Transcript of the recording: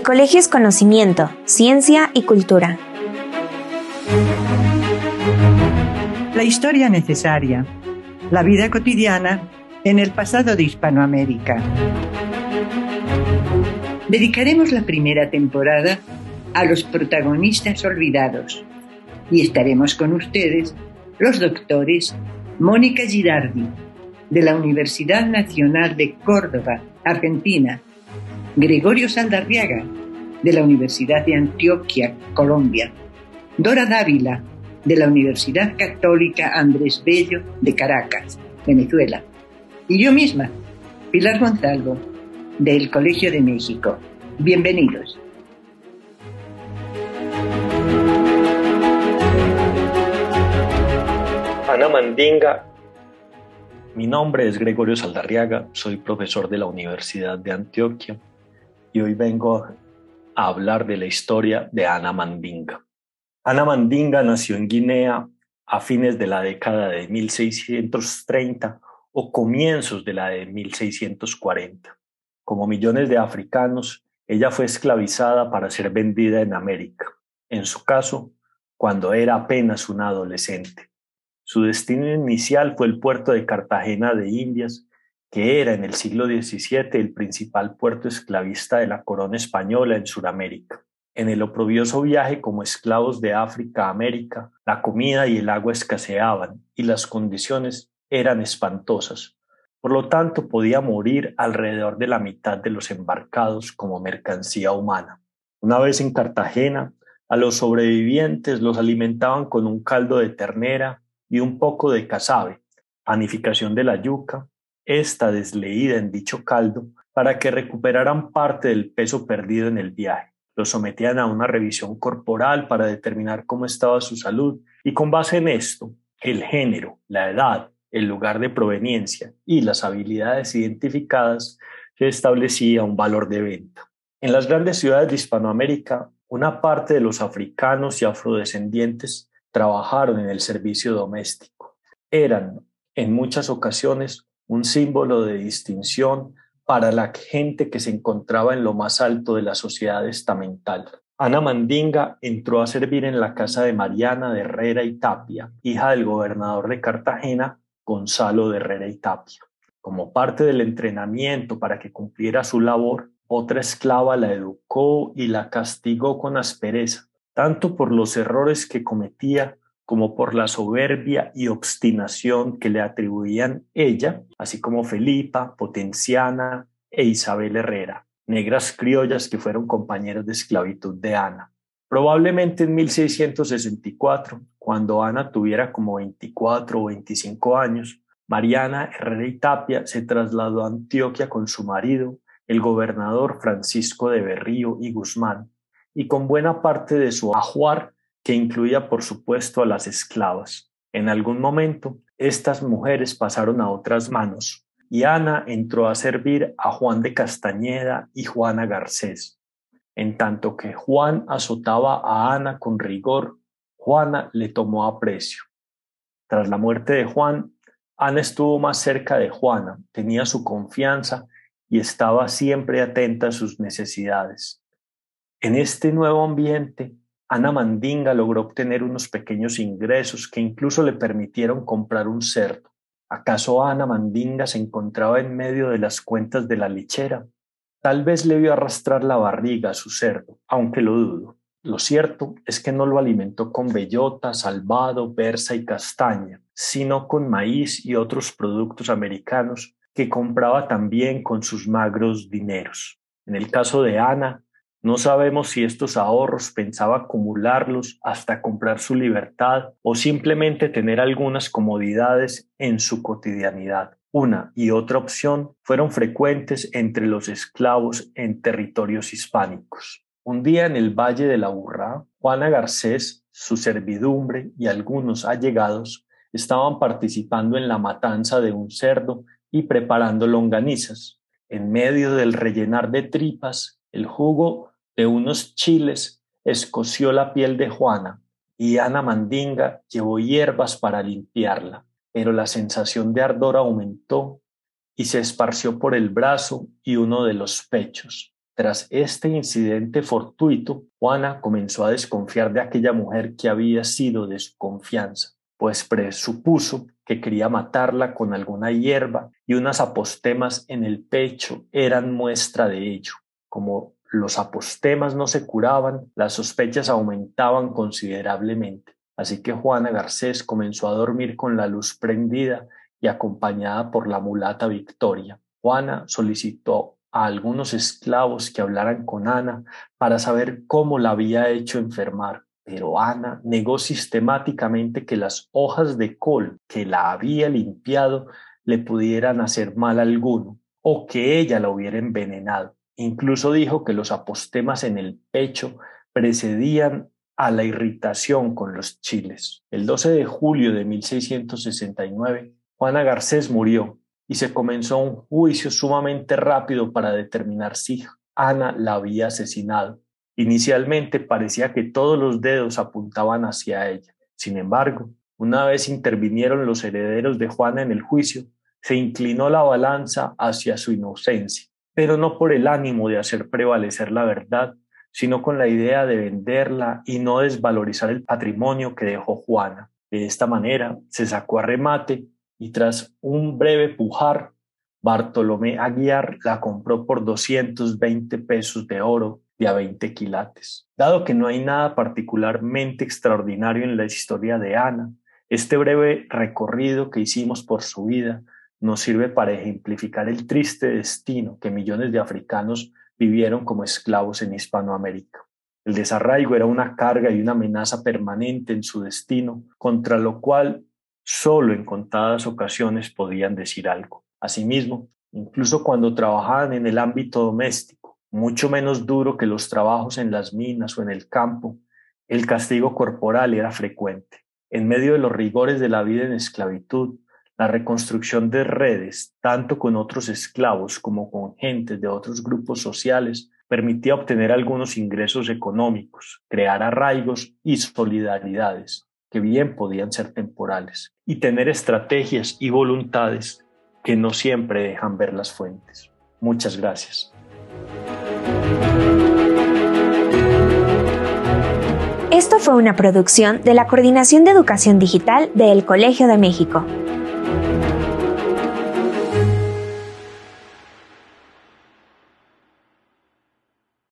colegio es conocimiento, ciencia y cultura. La historia necesaria, la vida cotidiana en el pasado de Hispanoamérica. Dedicaremos la primera temporada a los protagonistas olvidados y estaremos con ustedes los doctores Mónica Girardi, de la Universidad Nacional de Córdoba, Argentina, Gregorio Saldarriaga, de la Universidad de Antioquia, Colombia, Dora Dávila, de la Universidad Católica Andrés Bello de Caracas, Venezuela, y yo misma, Pilar Gonzalo, del Colegio de México. Bienvenidos. Ana Mandinga. Mi nombre es Gregorio Saldarriaga, soy profesor de la Universidad de Antioquia y hoy vengo a hablar de la historia de Ana Mandinga. Ana Mandinga nació en Guinea a fines de la década de 1630 o comienzos de la de 1640. Como millones de africanos, ella fue esclavizada para ser vendida en América, en su caso, cuando era apenas una adolescente. Su destino inicial fue el puerto de Cartagena de Indias, que era en el siglo XVII el principal puerto esclavista de la corona española en Sudamérica. En el oprobioso viaje como esclavos de África a América, la comida y el agua escaseaban y las condiciones eran espantosas. Por lo tanto, podía morir alrededor de la mitad de los embarcados como mercancía humana. Una vez en Cartagena, a los sobrevivientes los alimentaban con un caldo de ternera y un poco de casabe, panificación de la yuca, esta desleída en dicho caldo, para que recuperaran parte del peso perdido en el viaje. Los sometían a una revisión corporal para determinar cómo estaba su salud y con base en esto, el género, la edad, el lugar de proveniencia y las habilidades identificadas, se establecía un valor de venta. En las grandes ciudades de Hispanoamérica, una parte de los africanos y afrodescendientes trabajaron en el servicio doméstico. Eran, en muchas ocasiones, un símbolo de distinción para la gente que se encontraba en lo más alto de la sociedad estamental. Ana Mandinga entró a servir en la casa de Mariana de Herrera y Tapia, hija del gobernador de Cartagena, Gonzalo de Herrera y Tapia. Como parte del entrenamiento para que cumpliera su labor, otra esclava la educó y la castigó con aspereza, tanto por los errores que cometía como por la soberbia y obstinación que le atribuían ella, así como Felipa, Potenciana e Isabel Herrera, negras criollas que fueron compañeras de esclavitud de Ana. Probablemente en 1664, cuando Ana tuviera como 24 o 25 años, Mariana Herrera y Tapia se trasladó a Antioquia con su marido, el gobernador Francisco de Berrío y Guzmán, y con buena parte de su ajuar, que incluía por supuesto a las esclavas. En algún momento, estas mujeres pasaron a otras manos y Ana entró a servir a Juan de Castañeda y Juana Garcés. En tanto que Juan azotaba a Ana con rigor, Juana le tomó aprecio. Tras la muerte de Juan, Ana estuvo más cerca de Juana, tenía su confianza y estaba siempre atenta a sus necesidades. En este nuevo ambiente, Ana Mandinga logró obtener unos pequeños ingresos que incluso le permitieron comprar un cerdo. ¿Acaso Ana Mandinga se encontraba en medio de las cuentas de la lechera? Tal vez le vio arrastrar la barriga a su cerdo, aunque lo dudo. Lo cierto es que no lo alimentó con bellota, salvado, berza y castaña, sino con maíz y otros productos americanos que compraba también con sus magros dineros. En el caso de Ana, no sabemos si estos ahorros pensaba acumularlos hasta comprar su libertad o simplemente tener algunas comodidades en su cotidianidad. Una y otra opción fueron frecuentes entre los esclavos en territorios hispánicos. Un día en el Valle de la Burrá, Juana Garcés, su servidumbre y algunos allegados estaban participando en la matanza de un cerdo y preparando longanizas. En medio del rellenar de tripas, el jugo de unos chiles escoció la piel de Juana y Ana Mandinga llevó hierbas para limpiarla, pero la sensación de ardor aumentó y se esparció por el brazo y uno de los pechos. Tras este incidente fortuito, Juana comenzó a desconfiar de aquella mujer que había sido de su confianza, pues presupuso que quería matarla con alguna hierba y unas apostemas en el pecho eran muestra de ello. Como los apostemas no se curaban, las sospechas aumentaban considerablemente. Así que Juana Garcés comenzó a dormir con la luz prendida y acompañada por la mulata Victoria. Juana solicitó a algunos esclavos que hablaran con Ana para saber cómo la había hecho enfermar, pero Ana negó sistemáticamente que las hojas de col que la había limpiado le pudieran hacer mal alguno o que ella la hubiera envenenado. Incluso dijo que los apostemas en el pecho precedían a la irritación con los chiles. El 12 de julio de 1669, Juana Garcés murió y se comenzó un juicio sumamente rápido para determinar si Ana la había asesinado. Inicialmente parecía que todos los dedos apuntaban hacia ella. Sin embargo, una vez intervinieron los herederos de Juana en el juicio, se inclinó la balanza hacia su inocencia, pero no por el ánimo de hacer prevalecer la verdad, sino con la idea de venderla y no desvalorizar el patrimonio que dejó Juana. De esta manera se sacó a remate y tras un breve pujar, Bartolomé Aguiar la compró por 220 pesos de oro de a 20 quilates. Dado que no hay nada particularmente extraordinario en la historia de Ana, este breve recorrido que hicimos por su vida nos sirve para ejemplificar el triste destino que millones de africanos vivieron como esclavos en Hispanoamérica. El desarraigo era una carga y una amenaza permanente en su destino, contra lo cual solo en contadas ocasiones podían decir algo. Asimismo, incluso cuando trabajaban en el ámbito doméstico, mucho menos duro que los trabajos en las minas o en el campo, el castigo corporal era frecuente. En medio de los rigores de la vida en esclavitud, la reconstrucción de redes, tanto con otros esclavos como con gentes de otros grupos sociales, permitía obtener algunos ingresos económicos, crear arraigos y solidaridades, que bien podían ser temporales, y tener estrategias y voluntades que no siempre dejan ver las fuentes. Muchas gracias. Esto fue una producción de la Coordinación de Educación Digital del Colegio de México.